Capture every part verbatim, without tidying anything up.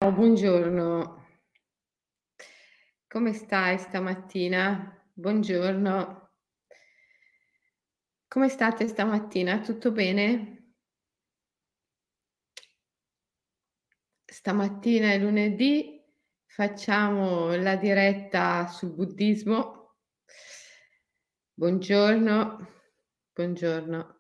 Oh, buongiorno. Come stai stamattina? Buongiorno. Come state stamattina? Tutto bene? Stamattina è lunedì, facciamo la diretta sul buddismo. Buongiorno, buongiorno.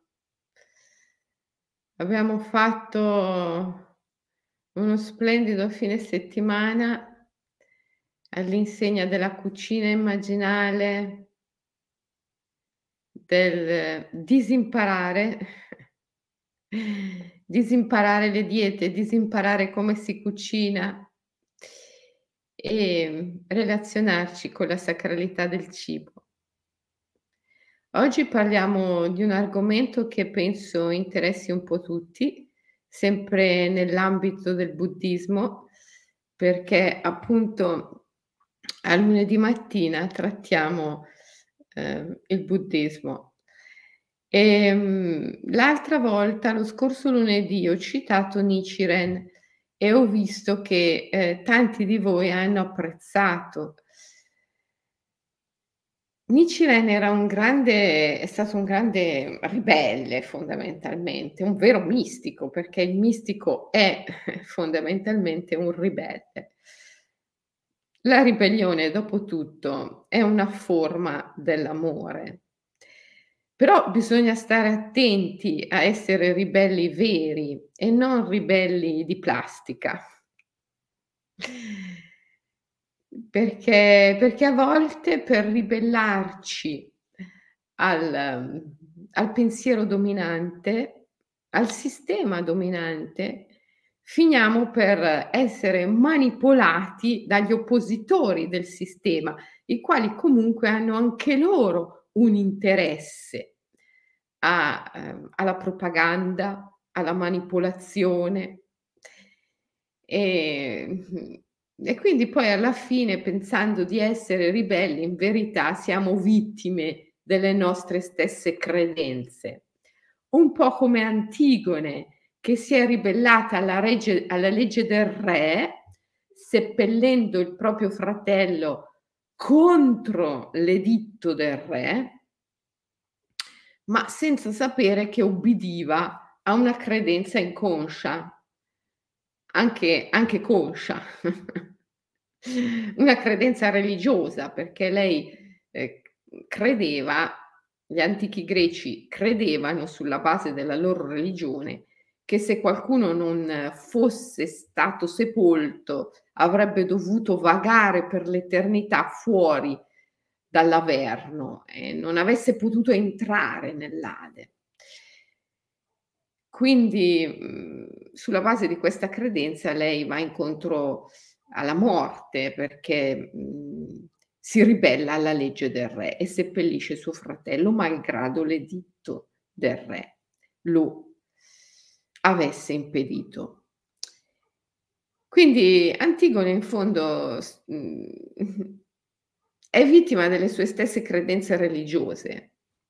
Abbiamo fatto uno splendido fine settimana all'insegna della cucina immaginale, del disimparare disimparare le diete, disimparare come si cucina e relazionarci con la sacralità del cibo. Oggi parliamo di un argomento che penso interessi un po' tutti, sempre nell'ambito del buddismo, perché appunto a lunedì mattina trattiamo, ehm, il buddismo. Ehm, l'altra volta, lo scorso lunedì, ho citato Nichiren e ho visto che, ehm, tanti di voi hanno apprezzato. Nichiren era un grande è stato un grande ribelle fondamentalmente, un vero mistico, perché il mistico è fondamentalmente un ribelle. La ribellione, dopo tutto, è una forma dell'amore, però bisogna stare attenti a essere ribelli veri e non ribelli di plastica. Perché perché a volte per ribellarci al mhmm, al pensiero dominante, al sistema dominante, finiamo per essere manipolati dagli oppositori del sistema, i quali comunque hanno anche loro un interesse a ehm, alla propaganda, alla manipolazione. Ehm, e quindi poi alla fine, pensando di essere ribelli, in verità siamo vittime delle nostre stesse credenze. Un po' come Antigone, che si è ribellata alla regge alla legge del re, seppellendo il proprio fratello contro l'editto del re, ma senza sapere che ubbidiva a una credenza inconscia. Anche anche conscia. Una credenza religiosa, perché lei, ehm, credeva gli antichi greci credevano, sulla base della loro religione, che se qualcuno non fosse stato sepolto, avrebbe dovuto vagare per l'eternità fuori dall'Averno e non avesse potuto entrare nell'Ade. Quindi, mhmm, sulla base di questa credenza lei va incontro alla morte perché, mhmm, si ribella alla legge del re e seppellisce suo fratello malgrado l'editto del re lo avesse impedito. Quindi Antigone in fondo s mhmm, è vittima delle sue stesse credenze religiose.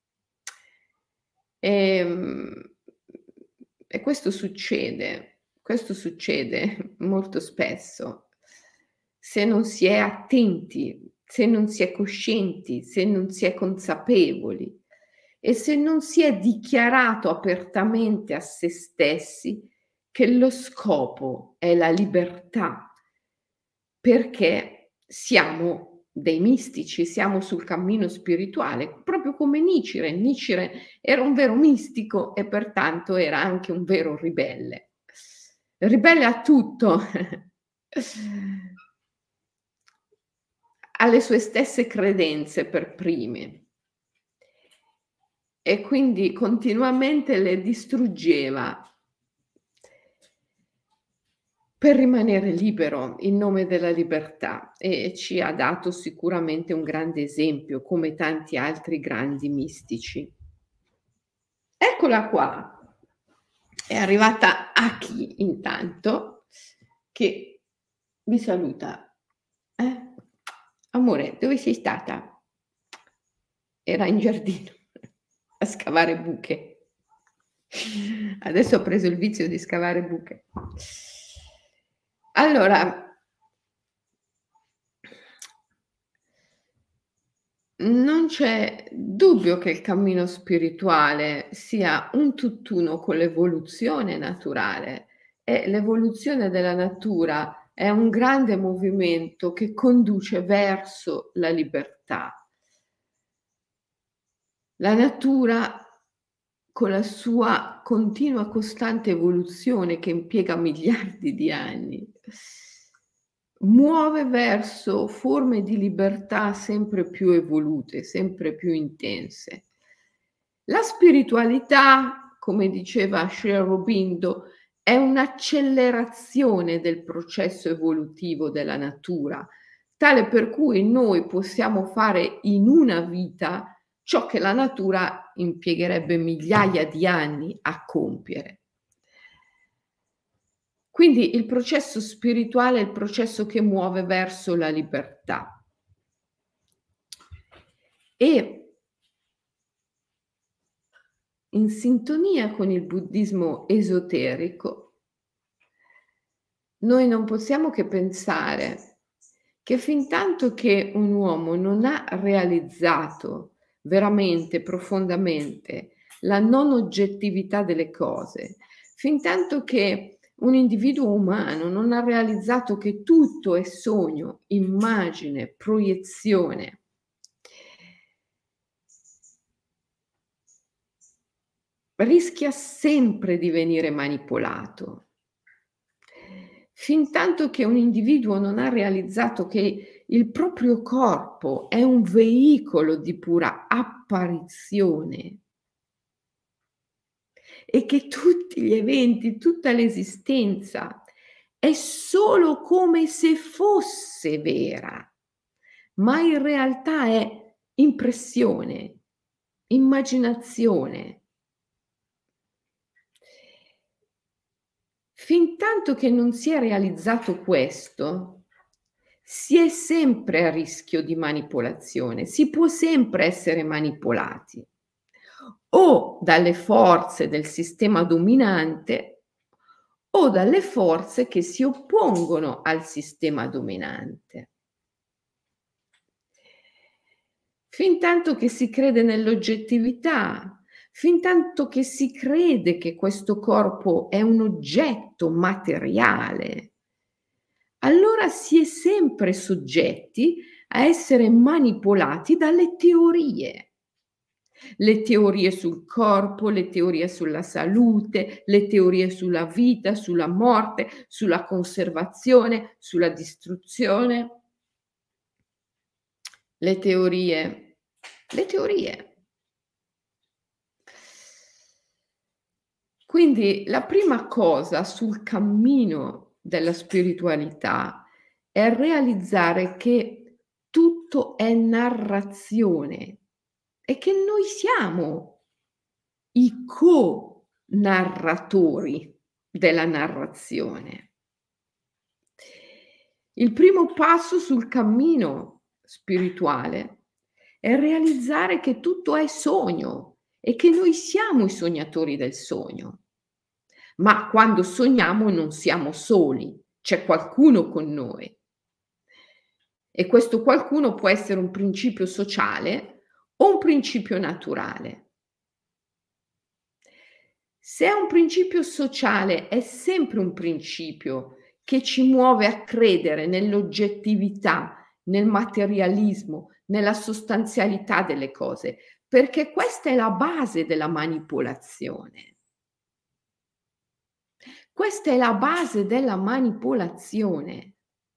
Ehm, e questo succede, questo succede molto spesso. Se non si è attenti, se non si è coscienti, se non si è consapevoli e se non si è dichiarato apertamente a se stessi che lo scopo è la libertà, perché siamo dei mistici, siamo sul cammino spirituale, proprio come Nichiren. Nichiren era un vero mistico e pertanto era anche un vero ribelle. Ribelle a tutto, alle sue stesse credenze per prime. E quindi continuamente le distruggeva per rimanere libero in nome della libertà e ci ha dato sicuramente un grande esempio, come tanti altri grandi mistici. Eccola qua. È arrivata Aki intanto, che vi saluta. Eh? Amore, dove sei stata? Era in giardino a scavare buche. Adesso ho preso il vizio di scavare buche. Allora non c'è dubbio che il cammino spirituale sia un tutt'uno con l'evoluzione naturale e l'evoluzione della natura è un grande movimento che conduce verso la libertà. La natura, con la sua continua costante evoluzione che impiega miliardi di anni, muove verso forme di libertà sempre più evolute, sempre più intense. La spiritualità, come diceva Sri Aurobindo, è un'accelerazione del processo evolutivo della natura, tale per cui noi possiamo fare in una vita ciò che la natura impiegherebbe migliaia di anni a compiere. Quindi il processo spirituale è il processo che muove verso la libertà. E in sintonia con il buddismo esoterico, noi non possiamo che pensare che fintanto che un uomo non ha realizzato veramente, profondamente, la non oggettività delle cose, fintanto che un individuo umano non ha realizzato che tutto è sogno, immagine, proiezione, rischia sempre di venire manipolato. Fintanto che un individuo non ha realizzato che il proprio corpo è un veicolo di pura apparizione e che tutti gli eventi, tutta l'esistenza è solo come se fosse vera, ma in realtà è impressione, immaginazione. Fintanto che non si è realizzato questo, si è sempre a rischio di manipolazione, si può sempre essere manipolati o dalle forze del sistema dominante o dalle forze che si oppongono al sistema dominante. Fintanto che si crede nell'oggettività, fintanto che si crede che questo corpo è un oggetto materiale, allora si è sempre soggetti a essere manipolati dalle teorie. Le teorie sul corpo, le teorie sulla salute, le teorie sulla vita, sulla morte, sulla conservazione, sulla distruzione. Le teorie, le teorie. Quindi la prima cosa sul cammino della spiritualità è realizzare che tutto è narrazione e che noi siamo i co-narratori della narrazione. Il primo passo sul cammino spirituale è realizzare che tutto è sogno e che noi siamo i sognatori del sogno. Ma quando sogniamo non siamo soli, c'è qualcuno con noi. E questo qualcuno può essere un principio sociale o un principio naturale. Se è un principio sociale, è sempre un principio che ci muove a credere nell'oggettività, nel materialismo, nella sostanzialità delle cose, perché questa è la base della manipolazione. Questa è la base della manipolazione.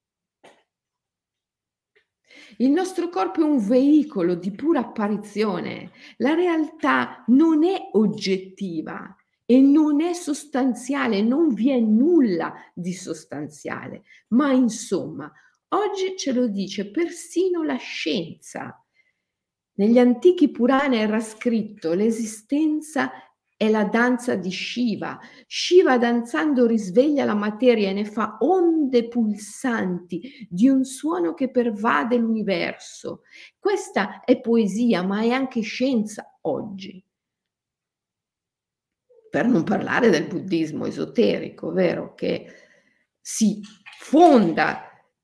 Il nostro corpo è un veicolo di pura apparizione. La realtà non è oggettiva e non è sostanziale, non vi è nulla di sostanziale. Ma insomma, oggi ce lo dice persino la scienza. Negli antichi Purana era scritto: l'esistenza è la danza di Shiva. Shiva danzando risveglia la materia e ne fa onde pulsanti di un suono che pervade l'universo. Questa è poesia, ma è anche scienza oggi. Per non parlare del buddismo esoterico, vero? Che si fonda,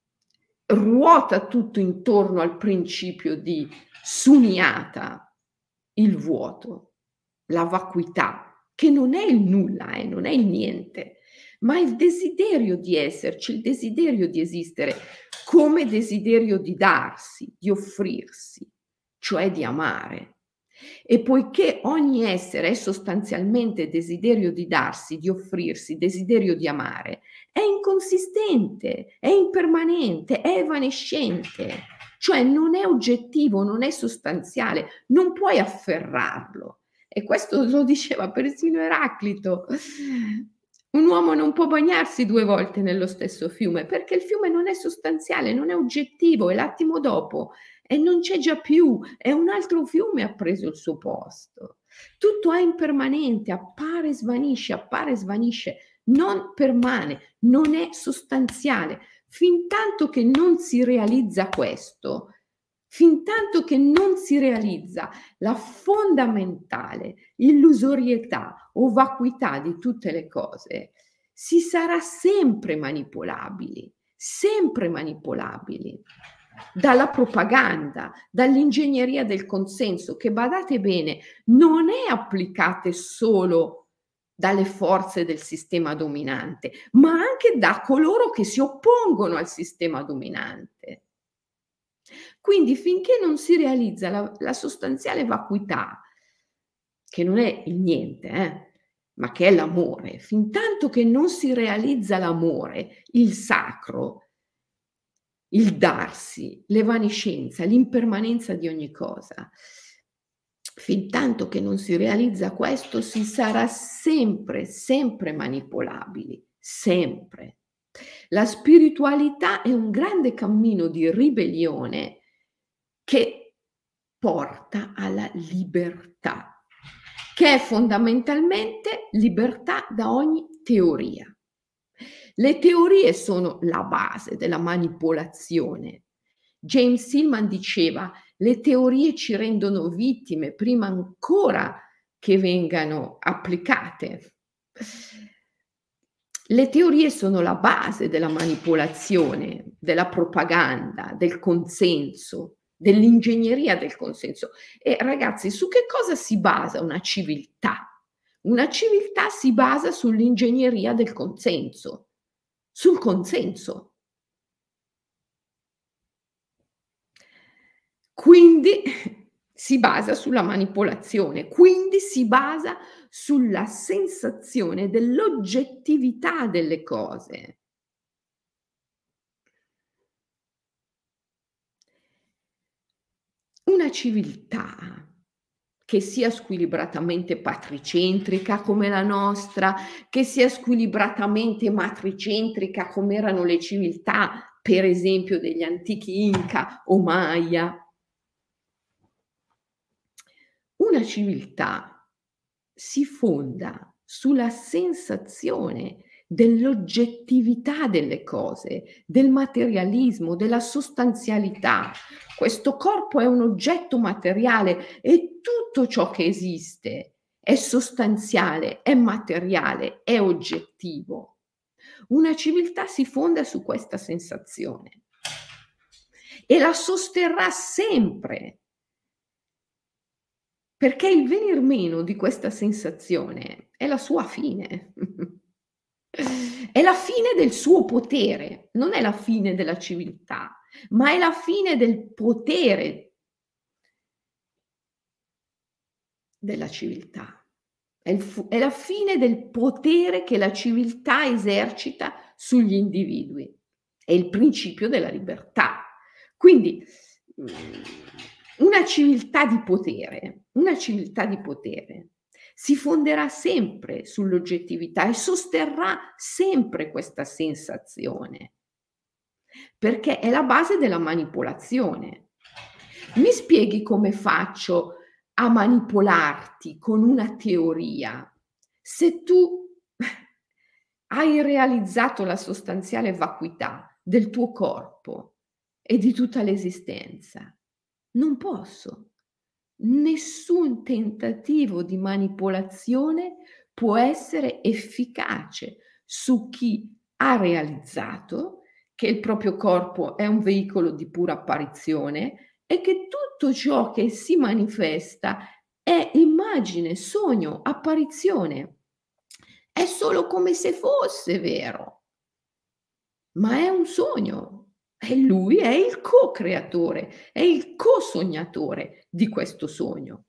ruota tutto intorno al principio di sunyata, il vuoto, la vacuità, che non è il nulla, eh, non è il niente, ma il desiderio di esserci, il desiderio di esistere come desiderio di darsi, di offrirsi, cioè di amare. E poiché ogni essere è sostanzialmente desiderio di darsi, di offrirsi, desiderio di amare, è inconsistente, è impermanente, è evanescente, cioè non è oggettivo, non è sostanziale, non puoi afferrarlo. E questo lo diceva persino Eraclito. Un uomo non può bagnarsi due volte nello stesso fiume, perché il fiume non è sostanziale, non è oggettivo, e l'attimo dopo e non c'è già più, è un altro fiume ha preso il suo posto. Tutto è impermanente, appare e svanisce, appare e svanisce, non permane, non è sostanziale. Fintanto che non si realizza questo, fintanto che non si realizza la fondamentale illusorietà o vacuità di tutte le cose, si sarà sempre manipolabili, sempre manipolabili dalla propaganda, dall'ingegneria del consenso, che badate bene, non è applicate solo dalle forze del sistema dominante, ma anche da coloro che si oppongono al sistema dominante. Quindi finché non si realizza la, la sostanziale vacuità, che non è il niente, eh, ma che è l'amore, fintanto che non si realizza l'amore, il sacro, il darsi, l'evanescenza, l'impermanenza di ogni cosa, fintanto che non si realizza questo, si sarà sempre, sempre manipolabili, sempre. La spiritualità è un grande cammino di ribellione che porta alla libertà, che è fondamentalmente libertà da ogni teoria. Le teorie sono la base della manipolazione. James Hillman diceva: le teorie ci rendono vittime prima ancora che vengano applicate. Le teorie sono la base della manipolazione, della propaganda, del consenso, dell'ingegneria del consenso. E ragazzi, su che cosa si basa una civiltà? Una civiltà si basa sull'ingegneria del consenso, sul consenso. Quindi si basa sulla manipolazione, quindi si basa sulla sensazione dell'oggettività delle cose. Una civiltà che sia squilibratamente patricentrica come la nostra, che sia squilibratamente matricentrica come erano le civiltà, per esempio, degli antichi Inca o Maya. Una civiltà si fonda sulla sensazione dell'oggettività delle cose, del materialismo, della sostanzialità. Questo corpo è un oggetto materiale e tutto ciò che esiste è sostanziale, è materiale, è oggettivo. Una civiltà si fonda su questa sensazione e la sosterrà sempre, perché il venir meno di questa sensazione è la sua fine. È la fine del suo potere, non è la fine della civiltà, ma è la fine del potere della civiltà. È, il fu- è la fine del potere che la civiltà esercita sugli individui. È il principio della libertà. Quindi mh, una civiltà di potere, una civiltà di potere si fonderà sempre sull'oggettività e sosterrà sempre questa sensazione, perché è la base della manipolazione. Mi spieghi come faccio a manipolarti con una teoria se tu hai realizzato la sostanziale vacuità del tuo corpo e di tutta l'esistenza? Non posso. Nessun tentativo di manipolazione può essere efficace su chi ha realizzato che il proprio corpo è un veicolo di pura apparizione e che tutto ciò che si manifesta è immagine, sogno, apparizione. È solo come se fosse vero, ma è un sogno e lui è il co-creatore, è il co-sognatore di questo sogno.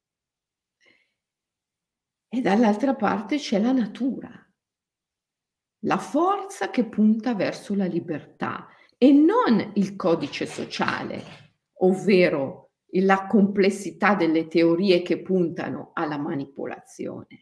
E dall'altra parte c'è la natura, la forza che punta verso la libertà e non il codice sociale, ovvero la complessità delle teorie che puntano alla manipolazione.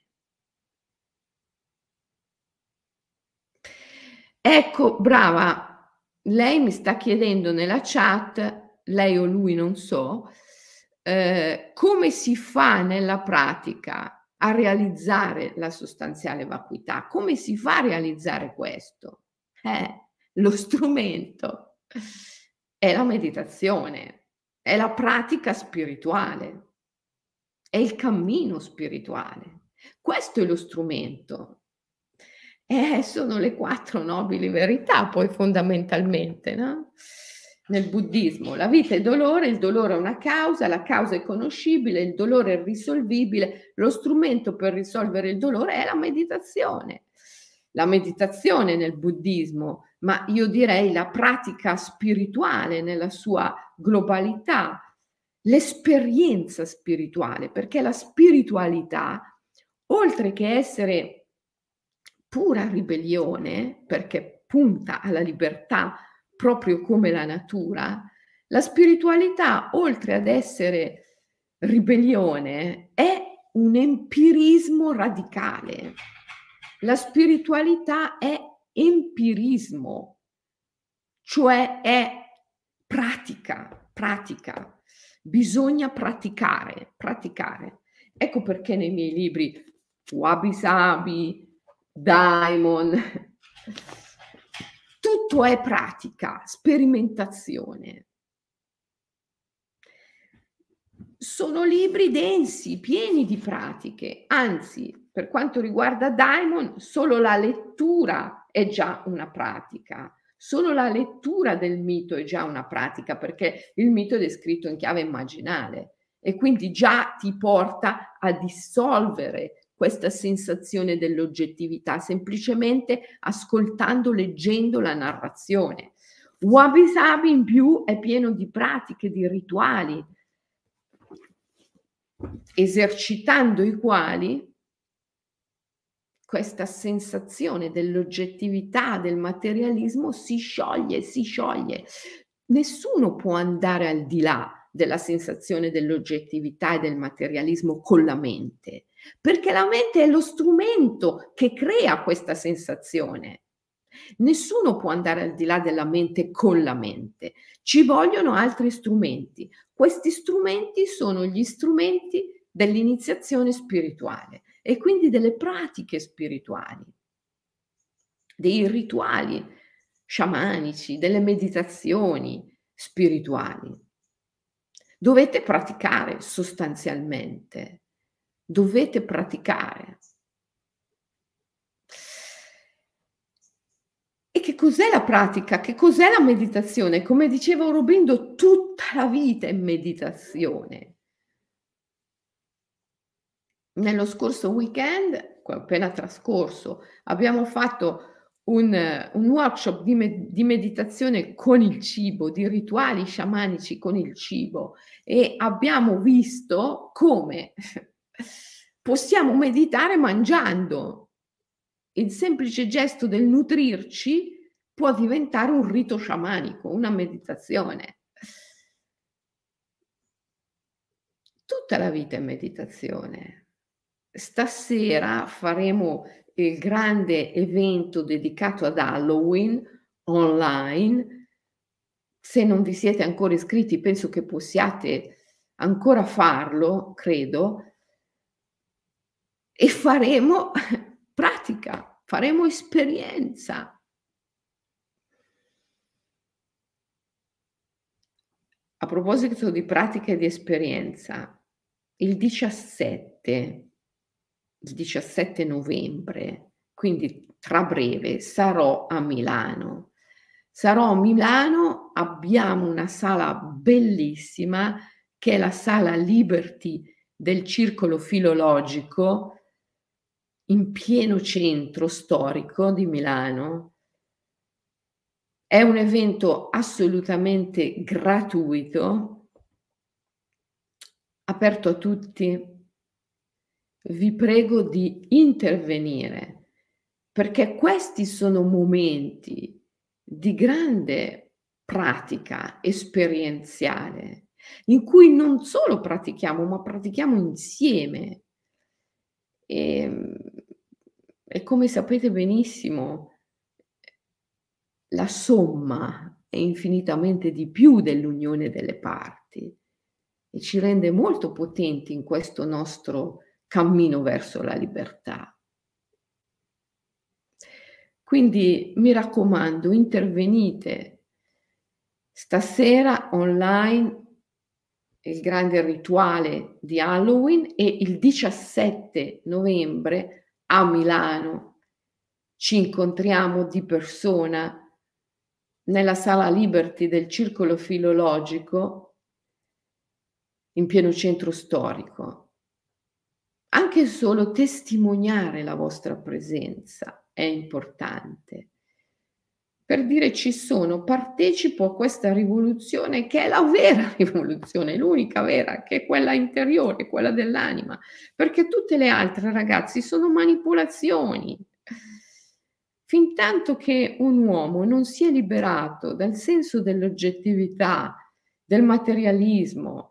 Ecco, brava. Lei mi sta chiedendo nella chat, lei o lui non so, ehm, come si fa nella pratica a realizzare la sostanziale vacuità? Come si fa a realizzare questo? Eh, lo strumento è la meditazione, è la pratica spirituale, è il cammino spirituale. Questo è lo strumento. Eh, sono le quattro nobili verità poi fondamentalmente, no, nel buddismo. La vita è dolore, il dolore è una causa, la causa è conoscibile, il dolore è risolvibile, lo strumento per risolvere il dolore è la meditazione. La meditazione nel buddismo, ma io direi la pratica spirituale nella sua globalità, l'esperienza spirituale, perché la spiritualità, oltre che essere pura ribellione, perché punta alla libertà proprio come la natura, la spiritualità, oltre ad essere ribellione, è un empirismo radicale. La spiritualità è empirismo, cioè è pratica, pratica. Bisogna praticare, praticare. Ecco perché nei miei libri Wabi Sabi, Daimon, tutto è pratica, sperimentazione. Sono libri densi, pieni di pratiche, anzi, per quanto riguarda Daimon, solo la lettura è già una pratica. Solo la lettura del mito è già una pratica, perché il mito è descritto in chiave immaginale e quindi già ti porta a dissolvere questa sensazione dell'oggettività, semplicemente ascoltando, leggendo la narrazione. Wabi Sabi in più è pieno di pratiche, di rituali, esercitando i quali questa sensazione dell'oggettività, del materialismo si scioglie, si scioglie. Nessuno può andare al di là della sensazione dell'oggettività e del materialismo con la mente, perché la mente è lo strumento che crea questa sensazione. Nessuno può andare al di là della mente con la mente. Ci vogliono altri strumenti. Questi strumenti sono gli strumenti dell'iniziazione spirituale e quindi delle pratiche spirituali, dei rituali sciamanici, delle meditazioni spirituali. Dovete praticare sostanzialmente, dovete praticare. E che cos'è la pratica? Che cos'è la meditazione? Come diceva Aurobindo, tutta la vita è meditazione. Nello scorso weekend, appena trascorso, abbiamo fatto un, un workshop di, me, di meditazione con il cibo, di rituali sciamanici con il cibo e abbiamo visto come possiamo meditare mangiando. Il semplice gesto del nutrirci può diventare un rito sciamanico, una meditazione. Tutta la vita è meditazione. Stasera faremo il grande evento dedicato ad Halloween online. Se non vi siete ancora iscritti, penso che possiate ancora farlo, credo. E faremo pratica, faremo esperienza. A proposito di pratica e di esperienza, il diciassette il diciassette novembre, quindi tra breve sarò a Milano. Sarò a Milano, abbiamo una sala bellissima che è la Sala Liberty del Circolo Filologico in pieno centro storico di Milano. È un evento assolutamente gratuito, aperto a tutti. Vi prego di intervenire, perché questi sono momenti di grande pratica esperienziale, in cui non solo pratichiamo, ma pratichiamo insieme. Ehm, e come sapete benissimo, la somma è infinitamente di più dell'unione delle parti e ci rende molto potenti in questo nostro cammino verso la libertà. Quindi mi raccomando, intervenite. Stasera online il grande rituale di Halloween e il diciassette novembre a Milano ci incontriamo di persona nella Sala Liberty del Circolo Filologico in pieno centro storico. Anche solo testimoniare la vostra presenza è importante. Per dire ci sono, partecipo a questa rivoluzione che è la vera rivoluzione, l'unica vera, che è quella interiore, quella dell'anima, perché tutte le altre, ragazzi, sono manipolazioni. Fintanto che un uomo non si è liberato dal senso dell'oggettività, del materialismo,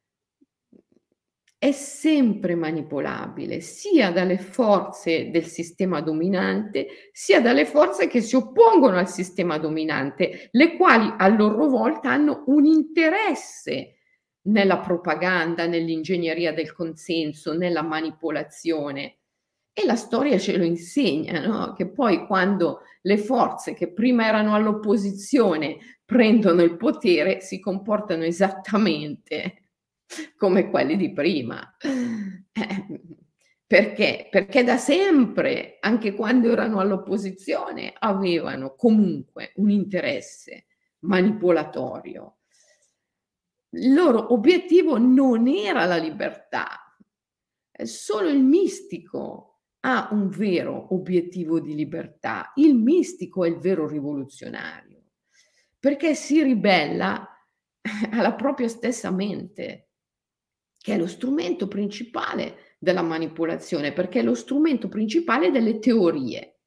è sempre manipolabile, sia dalle forze del sistema dominante, sia dalle forze che si oppongono al sistema dominante, le quali a loro volta hanno un interesse nella propaganda, nell'ingegneria del consenso, nella manipolazione. E la storia ce lo insegna, no, che poi quando le forze che prima erano all'opposizione prendono il potere, si comportano esattamente come quelli di prima. Eh, perché? Perché da sempre, anche quando erano all'opposizione, avevano comunque un interesse manipolatorio. Il loro obiettivo non era la libertà, eh, solo il mistico ha un vero obiettivo di libertà. Il mistico è il vero rivoluzionario, perché si ribella alla propria stessa mente, che è lo strumento principale della manipolazione, perché è lo strumento principale delle teorie.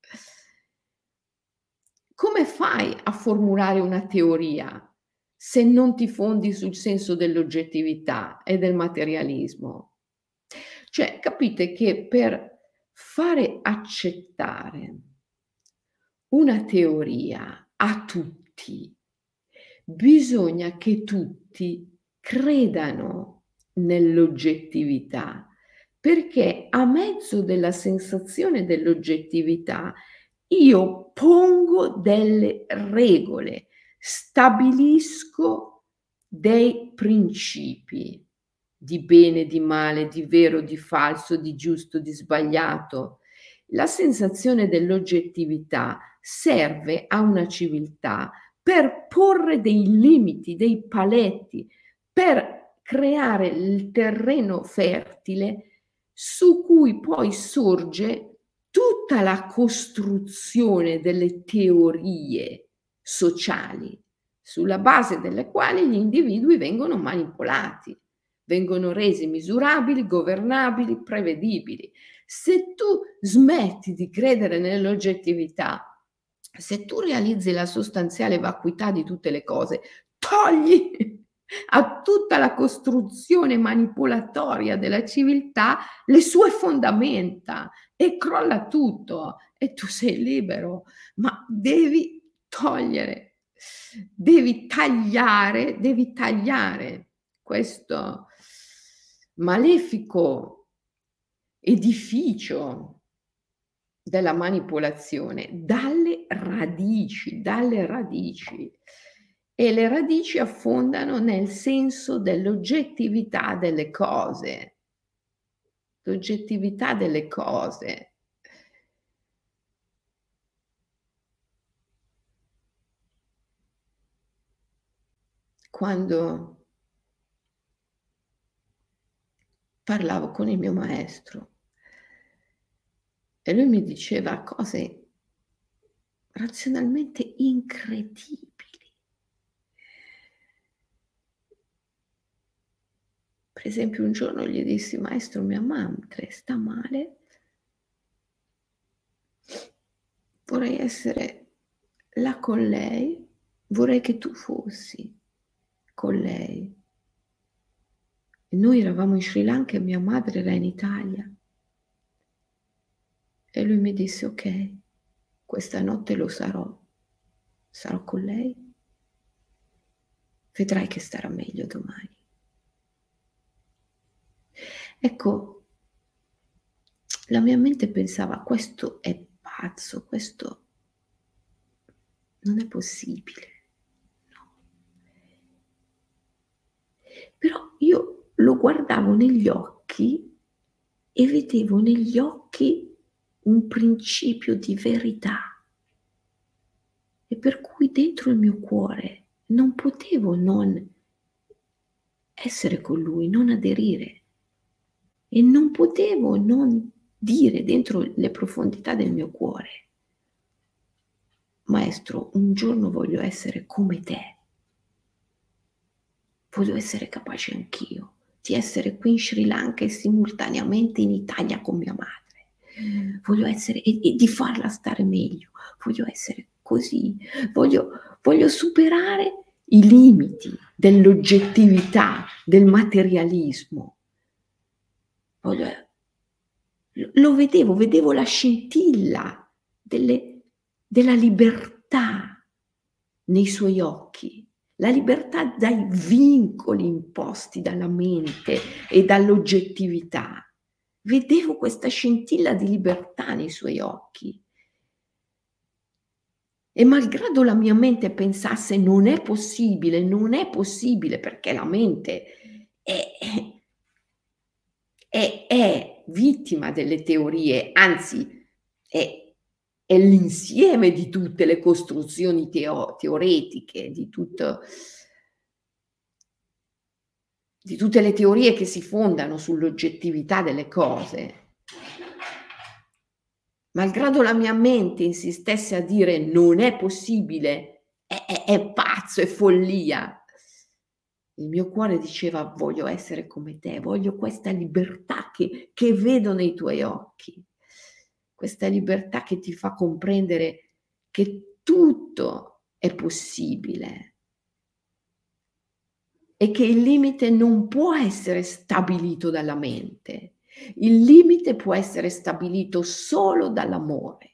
Come fai a formulare una teoria se non ti fondi sul senso dell'oggettività e del materialismo? Cioè, capite che per fare accettare una teoria a tutti, bisogna che tutti credano nell'oggettività, perché a mezzo della sensazione dell'oggettività io pongo delle regole, stabilisco dei principi di bene, di male, di vero, di falso, di giusto, di sbagliato. La sensazione dell'oggettività serve a una civiltà per porre dei limiti, dei paletti, per creare il terreno fertile su cui poi sorge tutta la costruzione delle teorie sociali, sulla base delle quali gli individui vengono manipolati, vengono resi misurabili, governabili, prevedibili. Se tu smetti di credere nell'oggettività, se tu realizzi la sostanziale vacuità di tutte le cose, togli a tutta la costruzione manipolatoria della civiltà le sue fondamenta e crolla tutto e tu sei libero, ma devi togliere, devi tagliare, devi tagliare questo malefico edificio della manipolazione dalle radici, dalle radici. E le radici affondano nel senso dell'oggettività delle cose. L'oggettività delle cose. quando parlavo con il mio maestro e lui mi diceva cose razionalmente incredibili. Per esempio un giorno gli dissi: "Maestro, mia madre sta male, vorrei essere là con lei, vorrei che tu fossi con lei". E noi eravamo in Sri Lanka e mia madre era in Italia. E lui mi disse: "Okay, questa notte lo sarò, sarò con lei, vedrai che starà meglio domani". Ecco, la mia mente pensava: "Questo è pazzo, questo non è possibile, no". Però io lo guardavo negli occhi e vedevo negli occhi un principio di verità. E per cui dentro il mio cuore non potevo non essere con lui, non aderire e non potevo non dire dentro le profondità del mio cuore: "Maestro, un giorno voglio essere come te. Voglio essere capace anch'io di essere qui in Sri Lanka e simultaneamente in Italia con mia madre. Voglio essere e e di farla stare meglio. Voglio essere così. Voglio voglio superare i limiti dell'oggettività, del materialismo. Voglio L lo vedevo, vedevo la scintilla delle della libertà nei suoi occhi, la libertà dai vincoli imposti dalla mente e dall'oggettività. Vedevo questa scintilla di libertà nei suoi occhi. E malgrado la mia mente pensasse: "Non è possibile, non è possibile", perché la mente è è è è vittima delle teorie, anzi è è l'insieme di tutte le costruzioni teo teoretiche, di tutto di tutte le teorie che si fondano sull'oggettività delle cose. Malgrado la mia mente insistesse a dire: "Non è possibile, è è è pazzo, è follia", il mio cuore diceva: "Voglio essere come te, voglio questa libertà che che vedo nei tuoi occhi, questa libertà che ti fa comprendere che tutto è possibile e che il limite non può essere stabilito dalla mente. Il limite può essere stabilito solo dall'amore,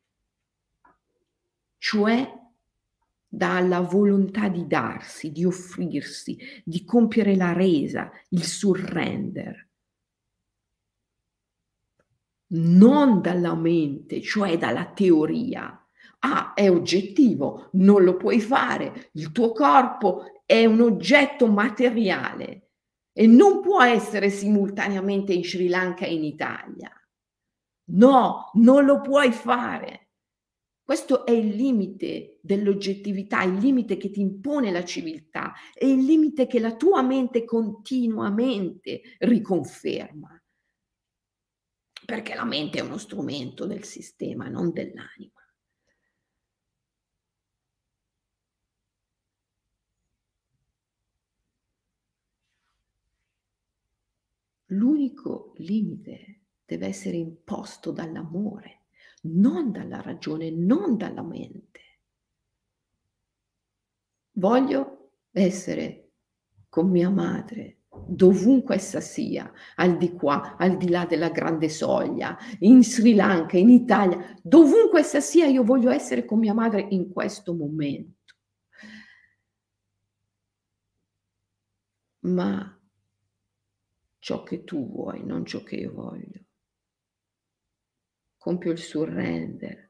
cioè dalla volontà di darsi, di offrirsi, di compiere la resa, il surrender. Non dalla mente, cioè dalla teoria. Ah, è oggettivo, non lo puoi fare, il tuo corpo è un oggetto materiale e non può essere simultaneamente in Sri Lanka e in Italia. No, non lo puoi fare. Questo è il limite dell'oggettività, il limite che ti impone la civiltà, è il limite che la tua mente continuamente riconferma. Perché la mente è uno strumento del sistema, non dell'anima. L'unico limite deve essere imposto dall'amore, non dalla ragione, non dalla mente. Voglio essere con mia madre, dovunque essa sia, al di qua, al di là della grande soglia, in Sri Lanka, in Italia, dovunque essa sia, io voglio essere con mia madre in questo momento. Ma ciò che tu vuoi, non ciò che io voglio. Compio il surrender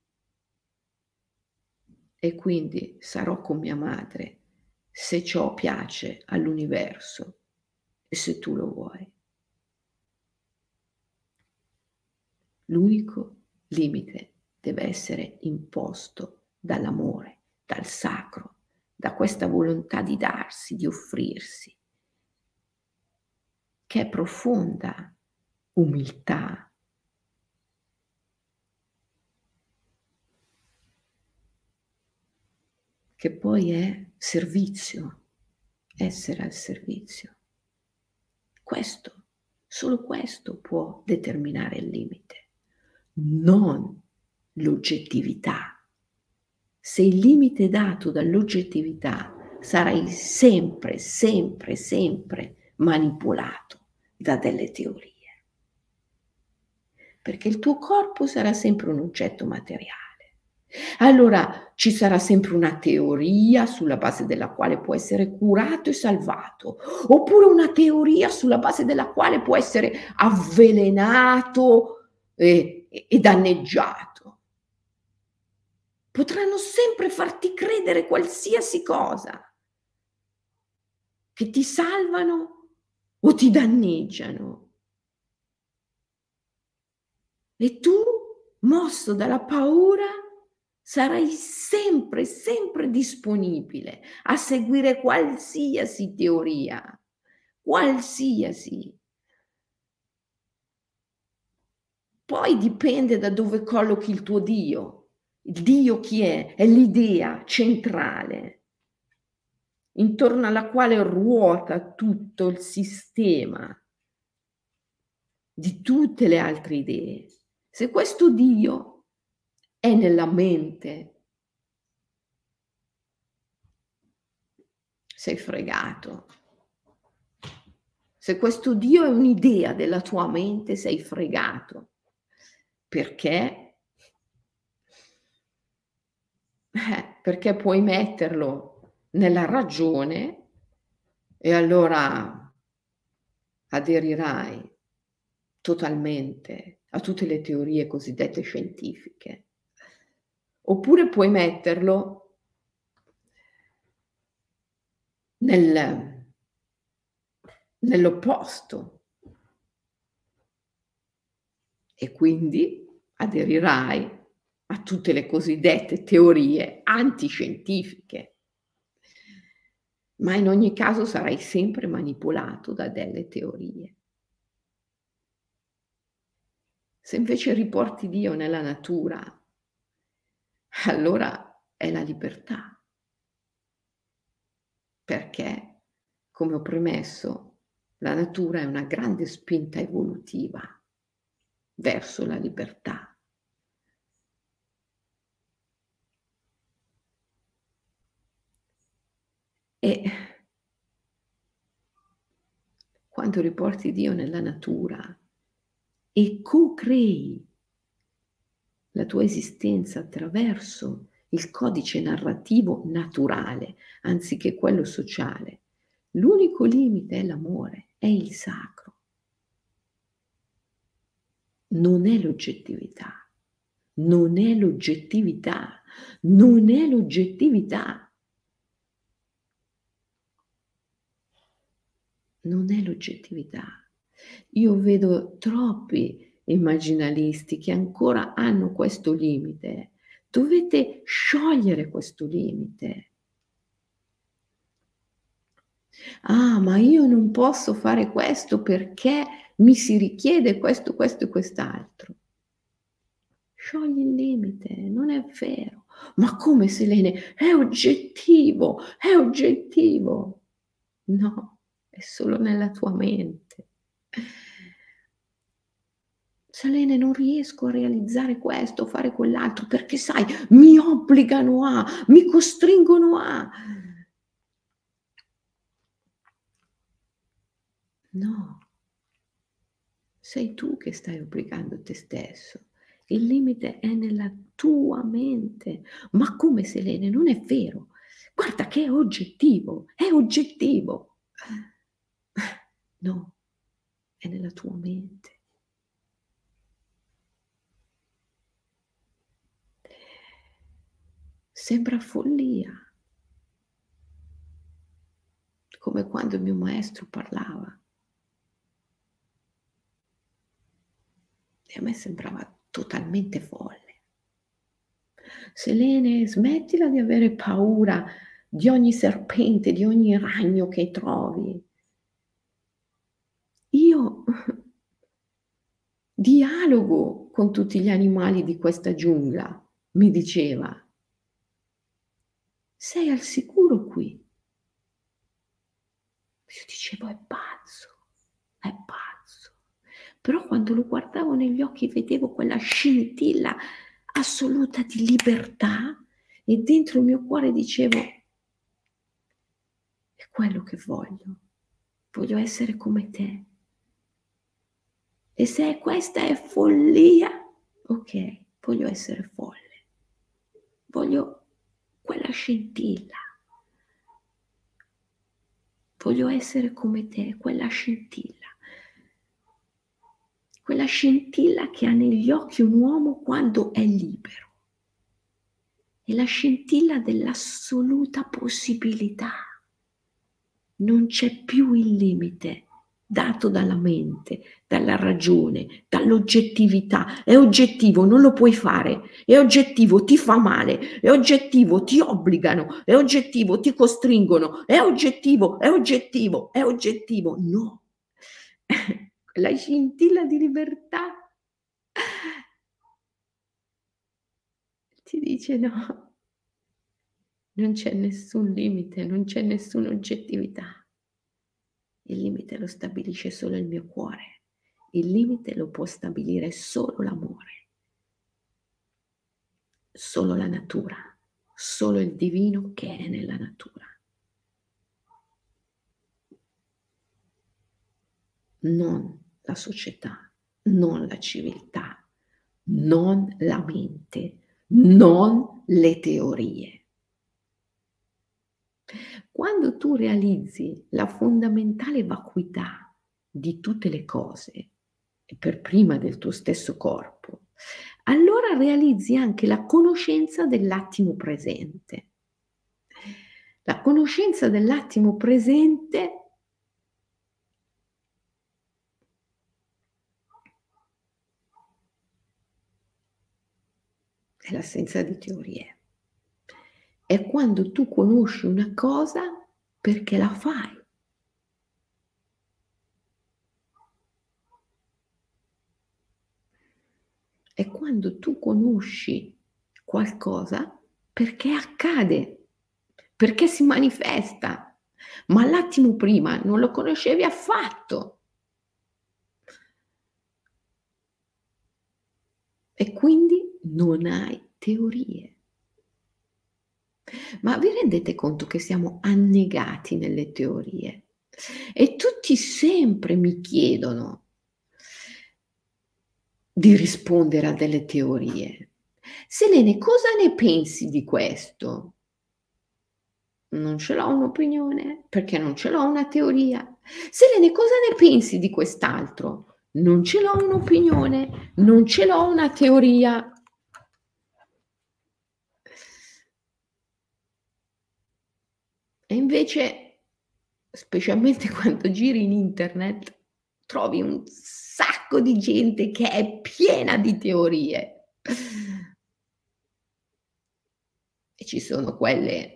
e quindi sarò con mia madre se ciò piace all'universo e se tu lo vuoi. L'unico limite deve essere imposto dall'amore, dal sacro, da questa volontà di darsi, di offrirsi, che è profonda umiltà. Che poi è servizio, essere al servizio. Questo, solo questo può determinare il limite, non l'oggettività. Se il limite è dato dall'oggettività, sarai sempre, sempre, sempre manipolato da delle teorie. Perché il tuo corpo sarà sempre un oggetto materiale. Allora ci sarà sempre una teoria sulla base della quale può essere curato e salvato, oppure una teoria sulla base della quale può essere avvelenato e, e danneggiato. Potranno sempre farti credere qualsiasi cosa, che ti salvano o ti danneggiano. E tu, mosso dalla paura, sarai sempre, sempre disponibile a seguire qualsiasi teoria, qualsiasi. Poi dipende da dove collochi il tuo Dio. Il Dio chi è? È l'idea centrale, intorno alla quale ruota tutto il sistema di tutte le altre idee. Se questo Dio è nella mente, sei fregato. Se questo Dio è un'idea della tua mente, sei fregato. Perché? Eh, perché puoi metterlo nella ragione e allora aderirai totalmente a tutte le teorie cosiddette scientifiche. Oppure puoi metterlo nel nell'opposto e quindi aderirai a tutte le cosiddette teorie antiscientifiche. Ma in ogni caso sarai sempre manipolato da delle teorie. Se invece riporti Dio nella natura, allora è la libertà. Perché, come ho premesso, la natura è una grande spinta evolutiva verso la libertà. E quando riporti Dio nella natura e co-crei la tua esistenza attraverso il codice narrativo naturale, anziché quello sociale, l'unico limite è l'amore, è il sacro. Non è l'oggettività, non è l'oggettività, non è l'oggettività. Non è l'oggettività. Io vedo troppi immaginalisti che ancora hanno questo limite. Dovete sciogliere questo limite. Ah, ma io non posso fare questo perché mi si richiede questo, questo e quest'altro. Sciogli il limite, non è vero. Ma come Selene? È oggettivo, è oggettivo. No, è solo nella tua mente. Selene, non riesco a realizzare questo, fare quell'altro, perché sai, mi obbligano a, mi costringono a. No, sei tu che stai obbligando te stesso. Il limite è nella tua mente. Ma come Selene? Non è vero. Guarda che è oggettivo, è oggettivo. No, è nella tua mente. Sembra follia. Come quando il mio maestro parlava. E a me sembrava totalmente folle. Selene, smettila di avere paura di ogni serpente, di ogni ragno che trovi. Io dialogo con tutti gli animali di questa giungla, mi diceva. Sei al sicuro qui. Io dicevo: "È pazzo, è pazzo". Però quando lo guardavo negli occhi vedevo quella scintilla assoluta di libertà e dentro il mio cuore dicevo: "È quello che voglio. Voglio essere come te". E se questa è follia, okay, voglio essere folle. Voglio quella scintilla. Voglio essere come te, quella scintilla. Quella scintilla che ha negli occhi un uomo quando è libero. È la scintilla dell'assoluta possibilità. Non c'è più il limite dato dalla mente, dalla ragione, dall'oggettività. È oggettivo, non lo puoi fare. È oggettivo, ti fa male. È oggettivo, ti obbligano. È oggettivo, ti costringono. È oggettivo, è oggettivo, è oggettivo. No. La scintilla di libertà ti dice no, non c'è nessun limite, non c'è nessuna oggettività. Il limite lo stabilisce solo il mio cuore. Il limite lo può stabilire solo l'amore, solo la natura, solo il divino che è nella natura. Non la società, non la civiltà, non la mente, non le teorie. Quando tu realizzi la fondamentale vacuità di tutte le cose, e per prima del tuo stesso corpo, allora realizzi anche la conoscenza dell'attimo presente. La conoscenza dell'attimo presente è l'assenza di teorie. È quando tu conosci una cosa perché la fai. È quando tu conosci qualcosa perché accade, perché si manifesta, ma l'attimo prima non lo conoscevi affatto. E quindi non hai teorie. Ma vi rendete conto che siamo annegati nelle teorie? E tutti sempre mi chiedono di rispondere a delle teorie. Selene, cosa ne pensi di questo? Non ce l'ho un'opinione, perché non ce l'ho una teoria. Selene, cosa ne pensi di quest'altro? Non ce l'ho un'opinione, non ce l'ho una teoria. E invece, specialmente quando giri in internet, trovi un sacco di gente che è piena di teorie. E ci sono quelle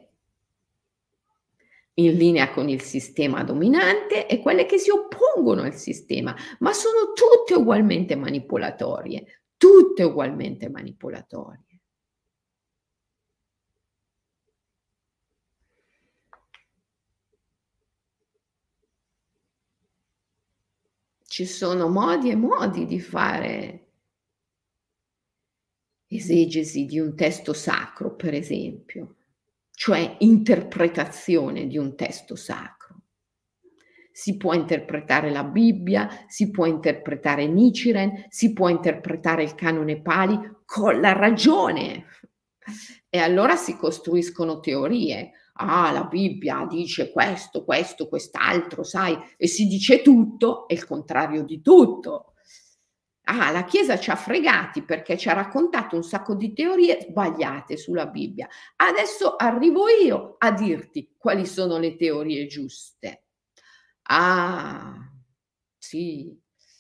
in linea con il sistema dominante e quelle che si oppongono al sistema, ma sono tutte ugualmente manipolatorie, tutte ugualmente manipolatorie. Ci sono modi e modi di fare esegesi di un testo sacro, per esempio, cioè interpretazione di un testo sacro. Si può interpretare la Bibbia, si può interpretare Nichiren, si può interpretare il canone Pali con la ragione. E allora si costruiscono teorie. Ah, la Bibbia dice questo, questo, quest'altro, sai, e si dice tutto e il contrario di tutto. Ah, la Chiesa ci ha fregati perché ci ha raccontato un sacco di teorie sbagliate sulla Bibbia. Adesso arrivo io a dirti quali sono le teorie giuste. Ah, sì,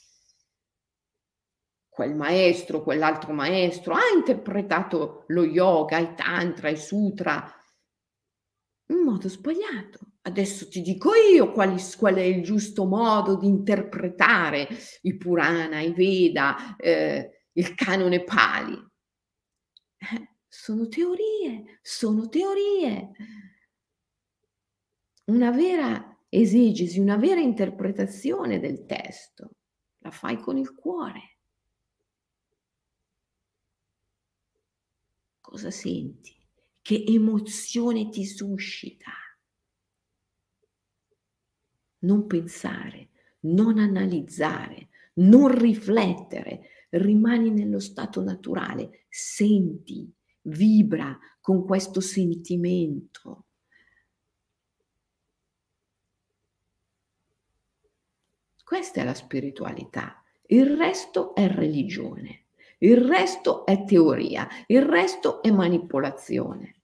quel maestro, quell'altro maestro ha interpretato lo yoga, i tantra, i sutra in modo sbagliato. Adesso ti dico io quali s qual è il giusto modo di interpretare i Purana, i Veda, ehm, il canone Pali. Eh, sono teorie, sono teorie. Una vera esegesi, una vera interpretazione del testo la fai con il cuore. Cosa senti? Che emozione ti suscita? Non pensare, non analizzare, non riflettere, rimani nello stato naturale, senti, vibra con questo sentimento. Questa è la spiritualità. Il resto è religione, il resto è teoria, il resto è manipolazione.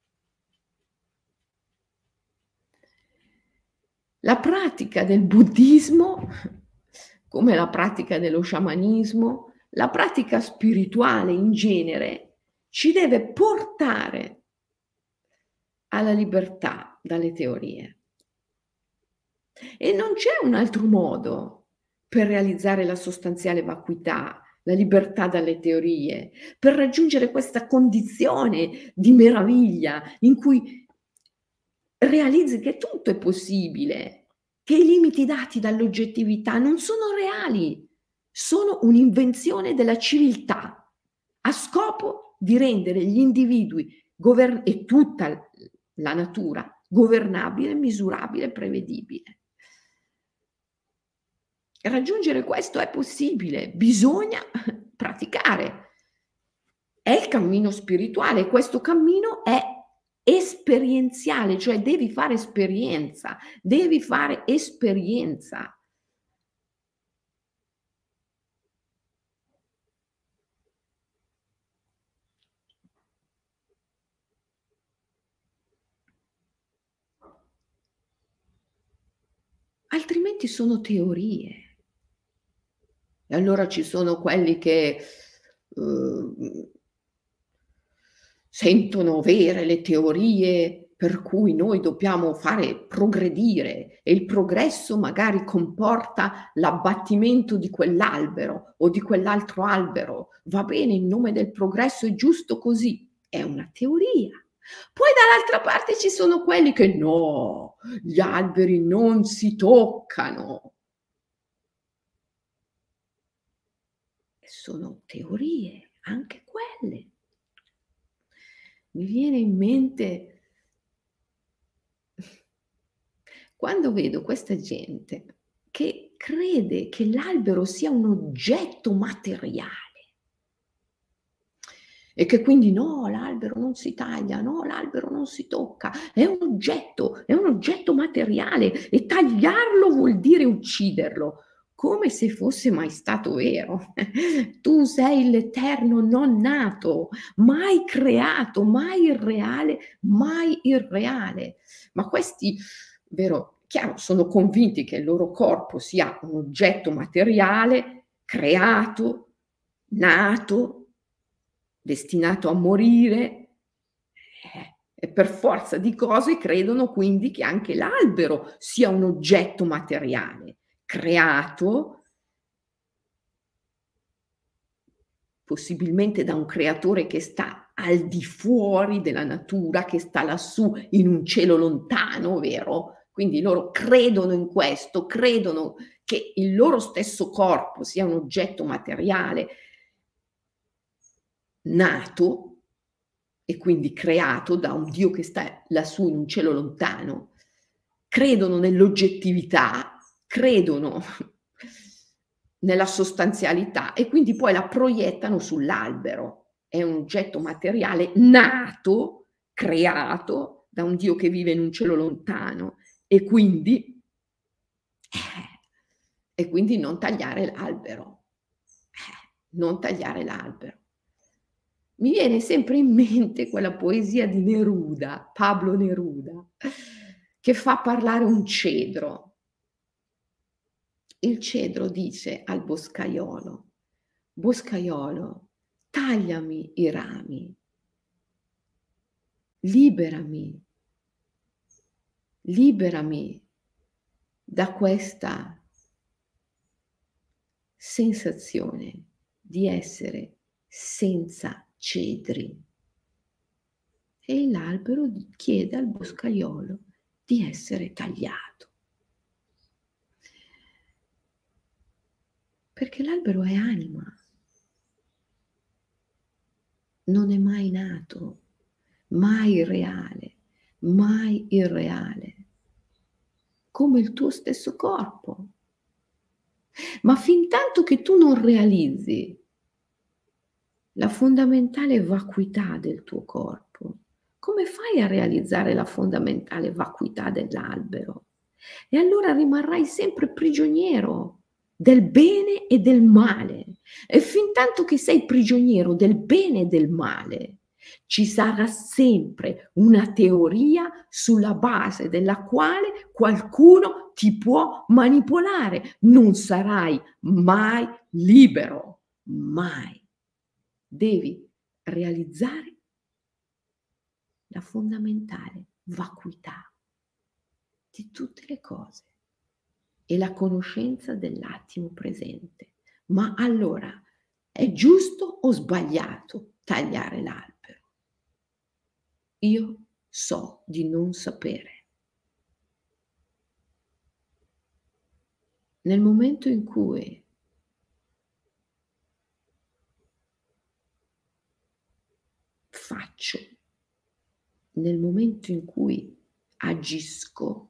La pratica del buddismo, come la pratica dello sciamanismo, la pratica spirituale in genere, ci deve portare alla libertà dalle teorie. E non c'è un altro modo per realizzare la sostanziale vacuità, la libertà dalle teorie, per raggiungere questa condizione di meraviglia in cui realizzi che tutto è possibile, che i limiti dati dall'oggettività non sono reali, sono un'invenzione della civiltà, a scopo di rendere gli individui govern e tutta l la natura governabile, misurabile, prevedibile. Raggiungere questo è possibile, bisogna praticare. È il cammino spirituale e questo cammino è esperienziale, cioè devi fare esperienza, devi fare esperienza. Altrimenti sono teorie. E allora ci sono quelli che, uhm sentono vere le teorie per cui noi dobbiamo fare progredire e il progresso magari comporta l'abbattimento di quell'albero o di quell'altro albero. Va bene, in nome del progresso è giusto così. È una teoria. Poi dall'altra parte ci sono quelli che: "No, gli alberi non si toccano." E sono teorie, anche quelle. Mi viene in mente quando vedo questa gente che crede che l'albero sia un oggetto materiale e che quindi no, l'albero non si taglia, no, l'albero non si tocca, è un oggetto, è un oggetto materiale e tagliarlo vuol dire ucciderlo, come se fosse mai stato vero. Tu sei l'Eterno non nato, mai creato, mai irreale, mai irreale. Ma questi, vero, chiaro, sono convinti che il loro corpo sia un oggetto materiale, creato, nato, destinato a morire, eh, e per forza di cose credono quindi che anche l'albero sia un oggetto materiale, creato possibilmente da un creatore che sta al di fuori della natura, che sta lassù in un cielo lontano, vero? Quindi loro credono in questo, credono che il loro stesso corpo sia un oggetto materiale nato e quindi creato da un Dio che sta lassù in un cielo lontano, credono nell'oggettività, credono nella sostanzialità e quindi poi la proiettano sull'albero. È un oggetto materiale nato, creato da un Dio che vive in un cielo lontano e quindi eh, e quindi non tagliare l'albero. Eh, non tagliare l'albero. Mi viene sempre in mente quella poesia di Neruda, Pablo Neruda, che fa parlare un cedro. Il cedro dice al boscaiolo: "Boscaiolo, tagliami i rami, liberami, liberami da questa sensazione di essere senza cedri. E l'albero chiede al boscaiolo di essere tagliato. Perché l'albero è anima, non è mai nato, mai reale, mai irreale, come il tuo stesso corpo. Ma fintanto che tu non realizzi la fondamentale vacuità del tuo corpo, come fai a realizzare la fondamentale vacuità dell'albero? E allora rimarrai sempre prigioniero del bene e del male. E fintanto che sei prigioniero del bene e del male, ci sarà sempre una teoria sulla base della quale qualcuno ti può manipolare. Non sarai mai libero, mai. Devi realizzare la fondamentale vacuità di tutte le cose e la conoscenza dell'attimo presente. Ma allora, è giusto o sbagliato tagliare l'albero? Io so di non sapere. Nel momento in cui faccio, nel momento in cui agisco,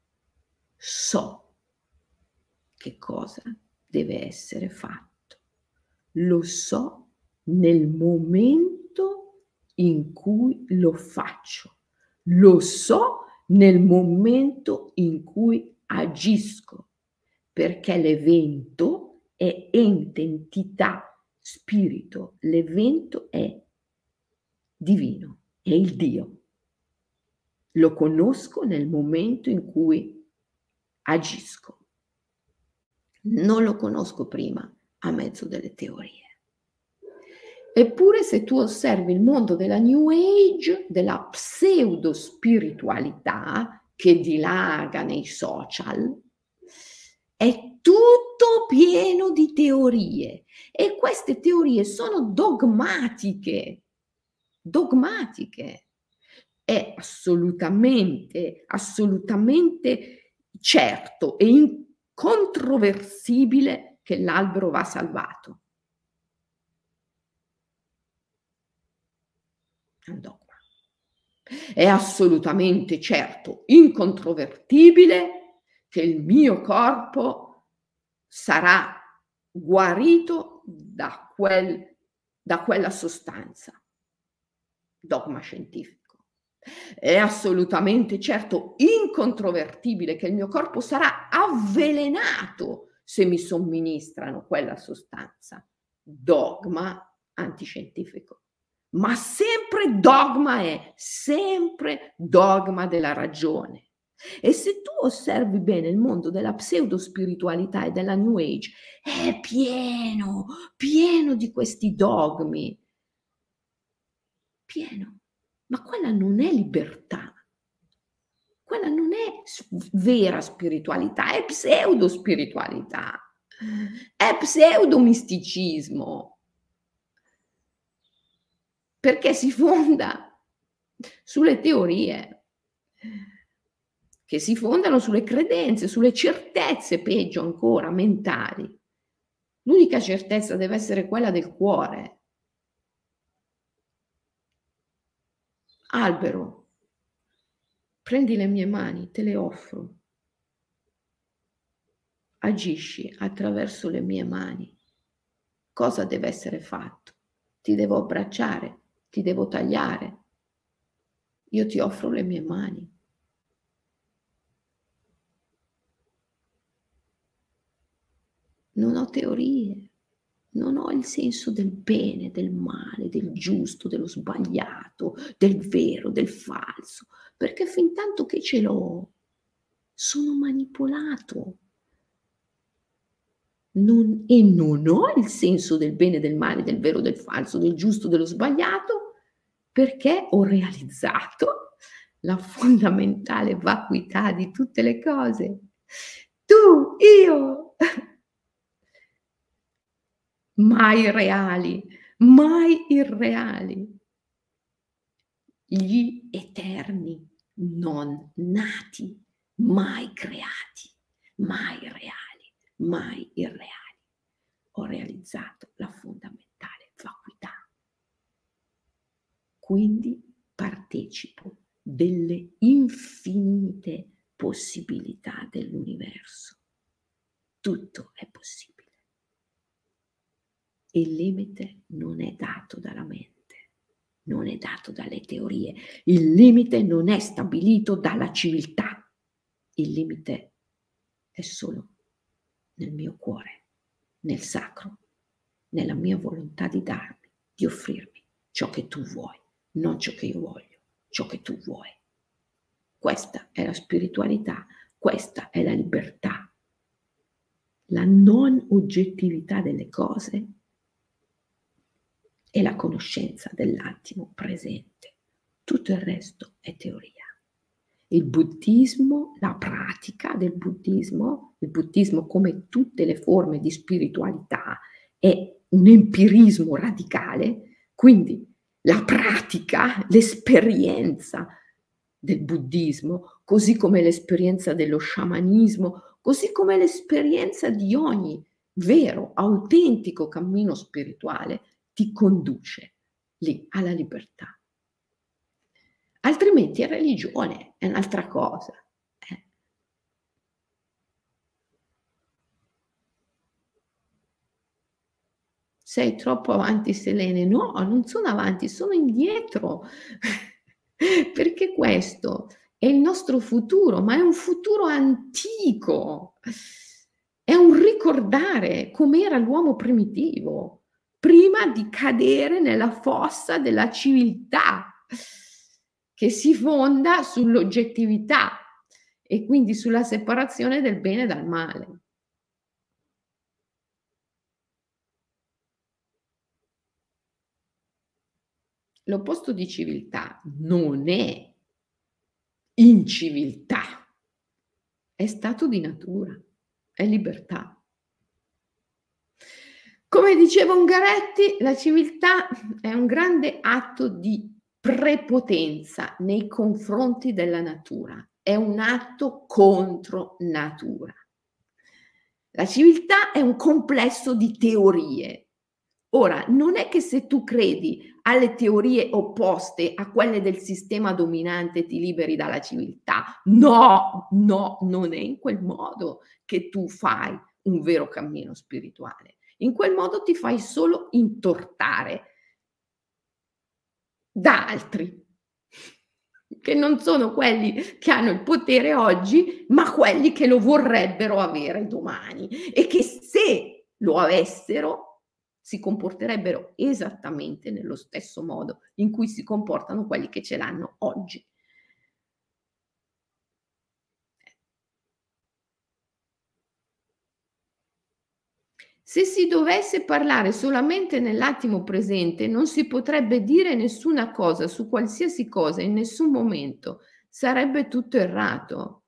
so che cosa deve essere fatto. Lo so nel momento in cui lo faccio. Lo so nel momento in cui agisco, perché l'evento è ente, entità, spirito. L'evento è divino, è il Dio. Lo conosco nel momento in cui agisco. Non lo conosco prima a mezzo delle teorie. Eppure se tu osservi il mondo della New Age, della pseudo-spiritualità che dilaga nei social, è tutto pieno di teorie e queste teorie sono dogmatiche, dogmatiche. È assolutamente, assolutamente certo e incontroversibile che l'albero va salvato. È un dogma. È assolutamente certo, incontrovertibile, che il mio corpo sarà guarito da, quel, da quella sostanza. Dogma scientifico. È assolutamente certo, incontrovertibile, che il mio corpo sarà avvelenato se mi somministrano quella sostanza. Dogma antiscientifico. Ma sempre dogma è, sempre dogma della ragione. E se tu osservi bene il mondo della pseudo-spiritualità e della New Age, è pieno, pieno di questi dogmi. Pieno. Ma quella non è libertà. Quella non è vera spiritualità, è pseudo-spiritualità. È pseudo-misticismo. Perché si fonda sulle teorie, che si fondano sulle credenze, sulle certezze, peggio ancora, mentali. L'unica certezza deve essere quella del cuore. Albero, prendi le mie mani, te le offro. Agisci attraverso le mie mani. Cosa deve essere fatto? Ti devo abbracciare, ti devo tagliare. Io ti offro le mie mani. Non ho teorie, non ho il senso del bene, del male, del giusto, dello sbagliato, del vero, del falso, perché fintanto che ce l'ho, sono manipolato. Non, e non ho il senso del bene, del male, del vero, del falso, del giusto, dello sbagliato, perché ho realizzato la fondamentale vacuità di tutte le cose. Tu, io, mai reali, mai irreali. Gli eterni, non nati, mai creati, mai reali, mai irreali. Ho realizzato la fondamentale vacuità. Quindi partecipo delle infinite possibilità dell'universo. Tutto è possibile. Il limite non è dato dalla mente. Non è dato dalle teorie, il limite non è stabilito dalla civiltà, il limite è solo nel mio cuore, nel sacro, nella mia volontà di darmi, di offrirmi ciò che tu vuoi, non ciò che io voglio, ciò che tu vuoi. Questa è la spiritualità, questa è la libertà, la non oggettività delle cose e la conoscenza dell'attimo presente. Tutto il resto è teoria. Il buddismo, la pratica del buddismo, il buddismo come tutte le forme di spiritualità è un empirismo radicale, quindi la pratica, l'esperienza del buddismo, così come l'esperienza dello sciamanismo, così come l'esperienza di ogni vero, autentico cammino spirituale, ti conduce lì alla libertà. Altrimenti è religione, è un'altra cosa. Eh. Sei troppo avanti, Selene. No, non sono avanti, sono indietro. Perché questo è il nostro futuro, ma è un futuro antico. È un ricordare com'era l'uomo primitivo, prima di cadere nella fossa della civiltà, che si fonda sull'oggettività e quindi sulla separazione del bene dal male. L'opposto di civiltà non è inciviltà, è stato di natura, è libertà. Come diceva Ungaretti, la civiltà è un grande atto di prepotenza nei confronti della natura, è un atto contro natura. La civiltà è un complesso di teorie. Ora, non è che se tu credi alle teorie opposte a quelle del sistema dominante ti liberi dalla civiltà. No, no, non è in quel modo che tu fai un vero cammino spirituale. In quel modo ti fai solo intortare da altri, che non sono quelli che hanno il potere oggi, ma quelli che lo vorrebbero avere domani e che se lo avessero si comporterebbero esattamente nello stesso modo in cui si comportano quelli che ce l'hanno oggi. Se si dovesse parlare solamente nell'attimo presente, non si potrebbe dire nessuna cosa su qualsiasi cosa in nessun momento. Sarebbe tutto errato.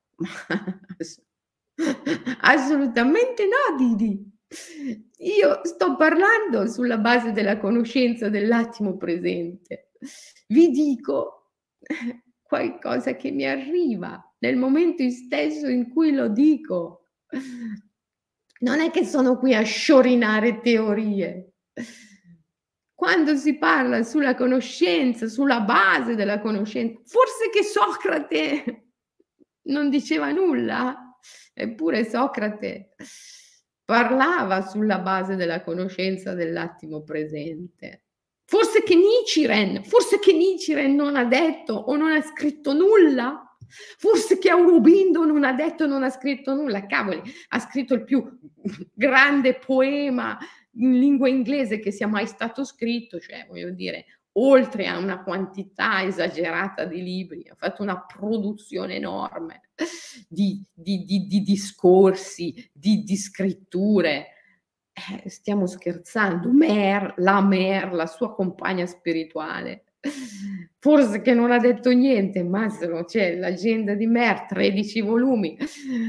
Assolutamente no, Didi. Io sto parlando sulla base della conoscenza dell'attimo presente. Vi dico qualcosa che mi arriva nel momento stesso in cui lo dico. Non è che sono qui a sciorinare teorie. Quando si parla sulla conoscenza, sulla base della conoscenza, forse che Socrate non diceva nulla, eppure Socrate parlava sulla base della conoscenza dell'attimo presente. Forse che Nichiren, forse che Nichiren non ha detto o non ha scritto nulla. Forse che Aurobindo non ha detto, non ha scritto nulla. Cavoli, ha scritto il più grande poema in lingua inglese che sia mai stato scritto, cioè voglio dire, oltre a una quantità esagerata di libri, ha fatto una produzione enorme di, di, di, di discorsi, di, di scritture. Eh, stiamo scherzando. Mer, la Mer, la sua compagna spirituale, Forse che non ha detto niente, Massimo, c'è l'agenda di Mer, tredici volumi.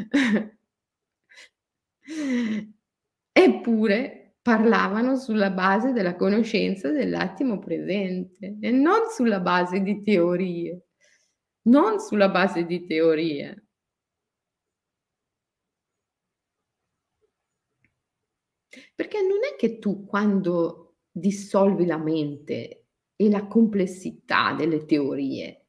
Eppure parlavano sulla base della conoscenza dell'attimo presente e non sulla base di teorie, non sulla base di teorie. Perché non è che tu quando dissolvi la mente e la complessità delle teorie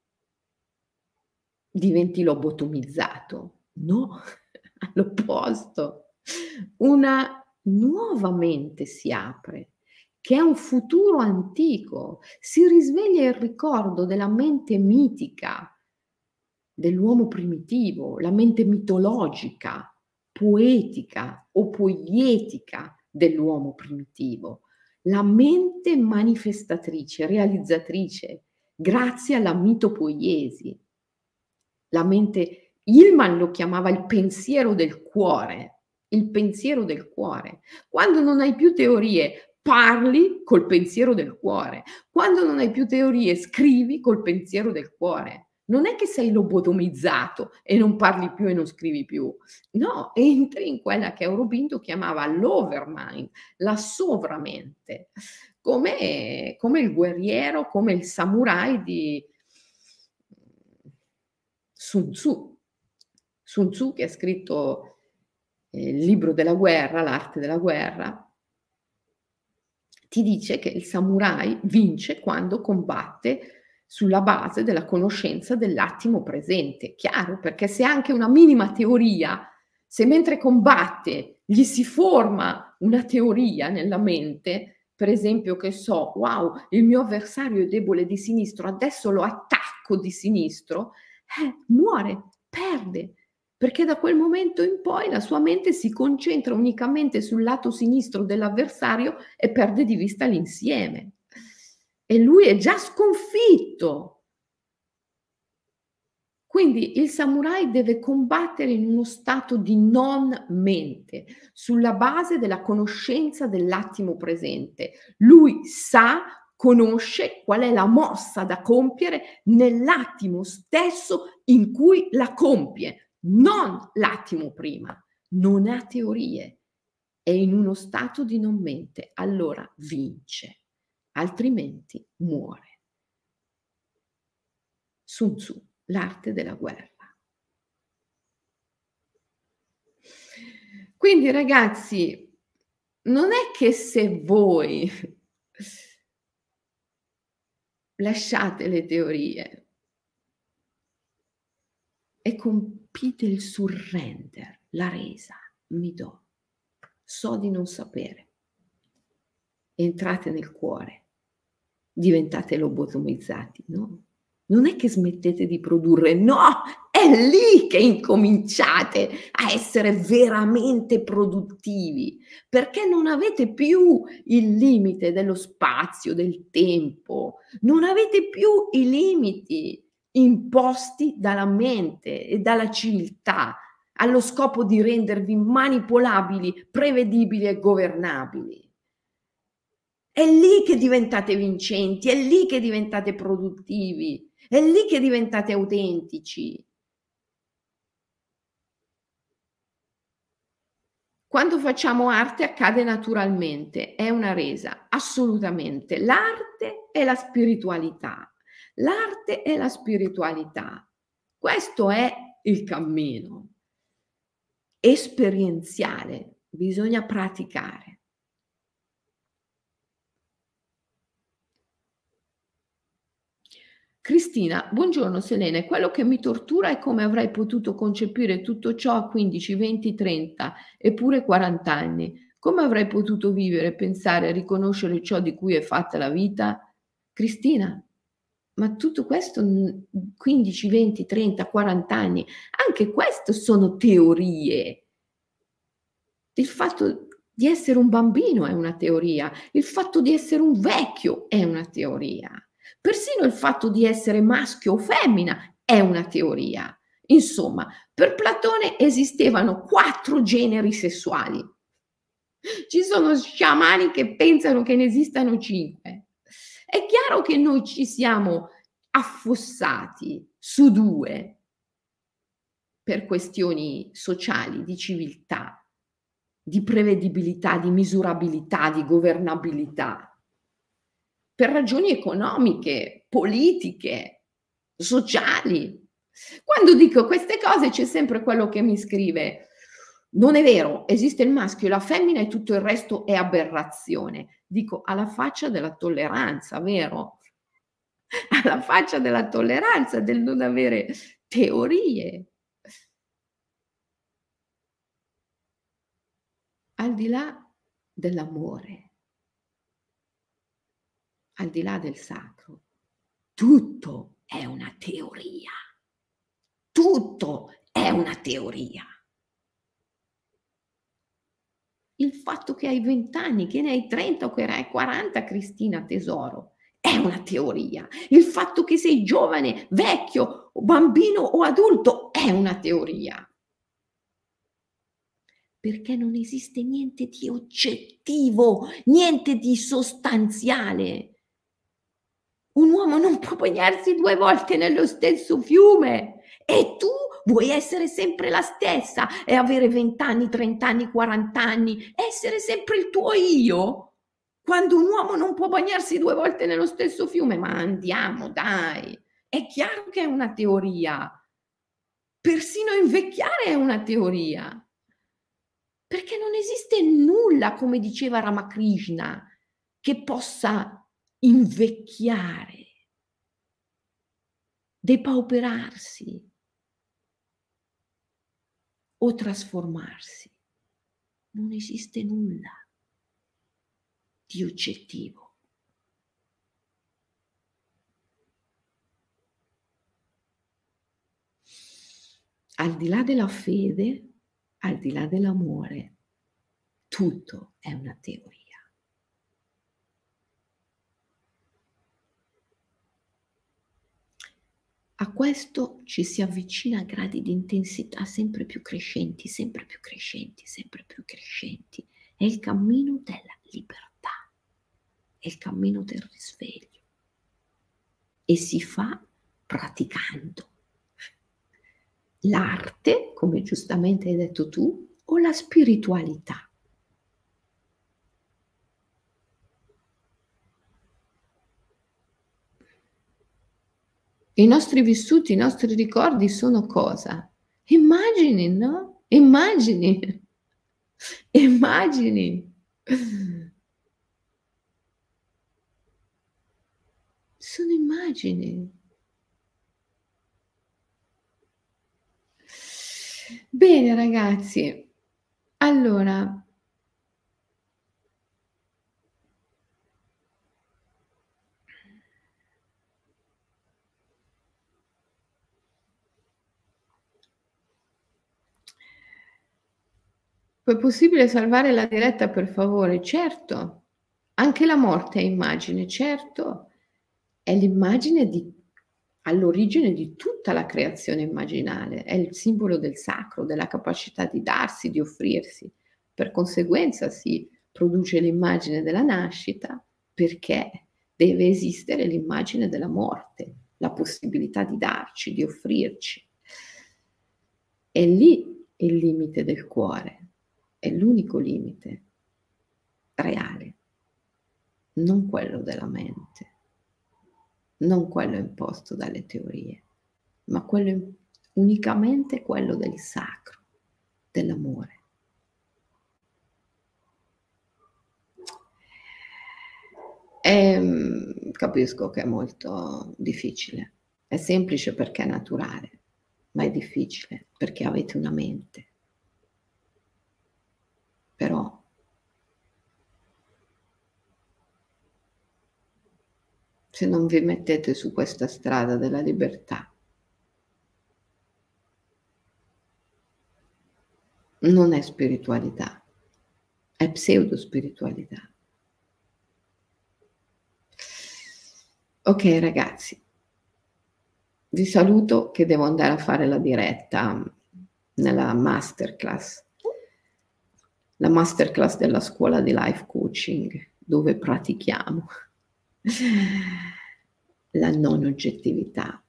diventi lobotomizzato. No, all'opposto. Una nuova mente si apre, che è un futuro antico. Si risveglia il ricordo della mente mitica dell'uomo primitivo, la mente mitologica, poetica o poietica dell'uomo primitivo, la mente manifestatrice, realizzatrice, grazie alla mitopoiesi. La mente Hillman lo chiamava il pensiero del cuore, il pensiero del cuore. Quando non hai più teorie, parli col pensiero del cuore. Quando non hai più teorie, scrivi col pensiero del cuore. Non è che sei lobotomizzato e non parli più e non scrivi più. No, entri in quella che Aurobindo chiamava l'overmind, la sovramente, come, come il guerriero, come il samurai di Sun Tzu. Sun Tzu che ha scritto eh, il libro della guerra, l'arte della guerra, ti dice che il samurai vince quando combatte sulla base della conoscenza dell'attimo presente. Chiaro, perché se anche una minima teoria, se mentre combatte gli si forma una teoria nella mente, per esempio che so, wow, il mio avversario è debole di sinistro, adesso lo attacco di sinistro, eh, muore, perde, perché da quel momento in poi la sua mente si concentra unicamente sul lato sinistro dell'avversario e perde di vista l'insieme. E lui è già sconfitto. Quindi il samurai deve combattere in uno stato di non mente, sulla base della conoscenza dell'attimo presente. Lui sa, conosce qual è la mossa da compiere nell'attimo stesso in cui la compie, non l'attimo prima. Non ha teorie, è in uno stato di non mente, allora vince, altrimenti muore. Sun Tzu, l'arte della guerra. Quindi ragazzi, non è che se voi lasciate le teorie e compite il surrender, la resa, mi do, so di non sapere, entrate nel cuore, diventate lobotomizzati, no? Non è che smettete di produrre, no, è lì che incominciate a essere veramente produttivi, perché non avete più il limite dello spazio, del tempo, non avete più i limiti imposti dalla mente e dalla civiltà allo scopo di rendervi manipolabili, prevedibili e governabili. È lì che diventate vincenti, è lì che diventate produttivi. È lì che diventate autentici. Quando facciamo arte accade naturalmente, è una resa, assolutamente. L'arte è la spiritualità. L'arte è la spiritualità. Questo è il cammino esperienziale, bisogna praticare. Cristina, buongiorno Selene, quello che mi tortura è come avrei potuto concepire tutto ciò a quindici, venti, trenta eppure quaranta anni. Come avrei potuto vivere, pensare, riconoscere ciò di cui è fatta la vita? Cristina, ma tutto questo quindici, venti, trenta, quaranta anni, anche questo sono teorie. Il fatto di essere un bambino è una teoria, il fatto di essere un vecchio è una teoria. Persino il fatto di essere maschio o femmina è una teoria. Insomma, per Platone esistevano quattro generi sessuali. Ci sono sciamani che pensano che ne esistano cinque. È chiaro che noi ci siamo affossati su due per questioni sociali, di civiltà, di prevedibilità, di misurabilità, di governabilità, per ragioni economiche, politiche, sociali. Quando dico queste cose c'è sempre quello che mi scrive: "Non è vero, esiste il maschio e la femmina e tutto il resto è aberrazione." Dico: alla faccia della tolleranza, vero? Alla faccia della tolleranza, del non avere teorie. Al di là dell'amore, al di là del sacro, tutto è una teoria. Tutto è una teoria. Il fatto che hai venti anni, che ne hai trenta o che ne hai quaranta, Cristina tesoro, è una teoria. Il fatto che sei giovane, vecchio, o bambino o adulto è una teoria. Perché non esiste niente di oggettivo, niente di sostanziale. Un uomo non può bagnarsi due volte nello stesso fiume e tu vuoi essere sempre la stessa e avere venti anni, trenta anni, quaranta anni, essere sempre il tuo io? Quando un uomo non può bagnarsi due volte nello stesso fiume, ma andiamo dai, è chiaro che è una teoria. Persino invecchiare è una teoria. Perché non esiste nulla, come diceva Ramakrishna, che possa invecchiare, depauperarsi o trasformarsi. Non esiste nulla di oggettivo. Al di là della fede, al di là dell'amore, tutto è una teoria. A questo ci si avvicina a gradi di intensità sempre più crescenti, sempre più crescenti, sempre più crescenti. È il cammino della libertà, è il cammino del risveglio e si fa praticando l'arte, come giustamente hai detto tu, o la spiritualità. I nostri vissuti, i nostri ricordi sono cosa? Immagini, no? Immagini. Immagini. Sono immagini. Bene ragazzi, allora è possibile salvare la diretta per favore? Certo, anche la morte è immagine, certo, è l'immagine di all'origine di tutta la creazione immaginale, è il simbolo del sacro, della capacità di darsi, di offrirsi. Per conseguenza si produce l'immagine della nascita perché deve esistere l'immagine della morte, la possibilità di darci, di offrirci. È lì il limite del cuore, è l'unico limite reale, non quello della mente, non quello imposto dalle teorie, ma quello unicamente quello del sacro, dell'amore. Ehm, capisco che è molto difficile. È semplice perché è naturale, ma è difficile perché avete una mente. Però se non vi mettete su questa strada della libertà, non è spiritualità, è pseudo-spiritualità. Ok ragazzi, vi saluto che devo andare a fare la diretta nella masterclass, la masterclass della scuola di life coaching, dove pratichiamo La non oggettività.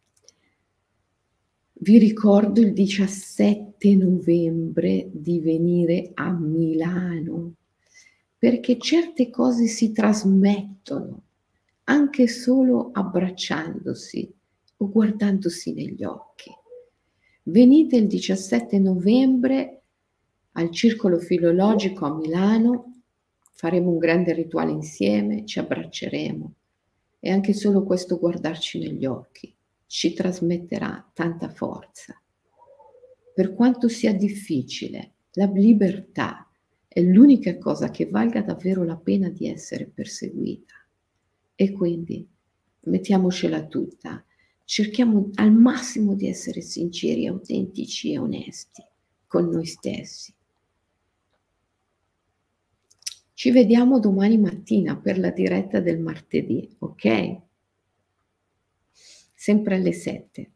Vi ricordo il diciassette novembre di venire a Milano, perché certe cose si trasmettono anche solo abbracciandosi o guardandosi negli occhi. Venite il diciassette novembre al Circolo Filologico a Milano, faremo un grande rituale insieme, ci abbracceremo e anche solo questo guardarci negli occhi ci trasmetterà tanta forza. Per quanto sia difficile, la libertà è l'unica cosa che valga davvero la pena di essere perseguita. E quindi mettiamocela tutta, cerchiamo al massimo di essere sinceri, autentici e onesti con noi stessi. Ci vediamo domani mattina per la diretta del martedì, ok? Sempre alle sette.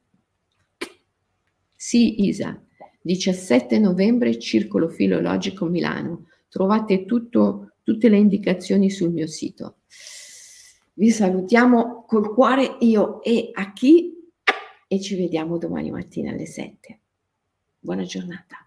Sì, Isa, diciassette novembre, Circolo Filologico Milano. Trovate tutto, tutte le indicazioni sul mio sito. Vi salutiamo col cuore io e a chi e ci vediamo domani mattina alle sette. Buona giornata.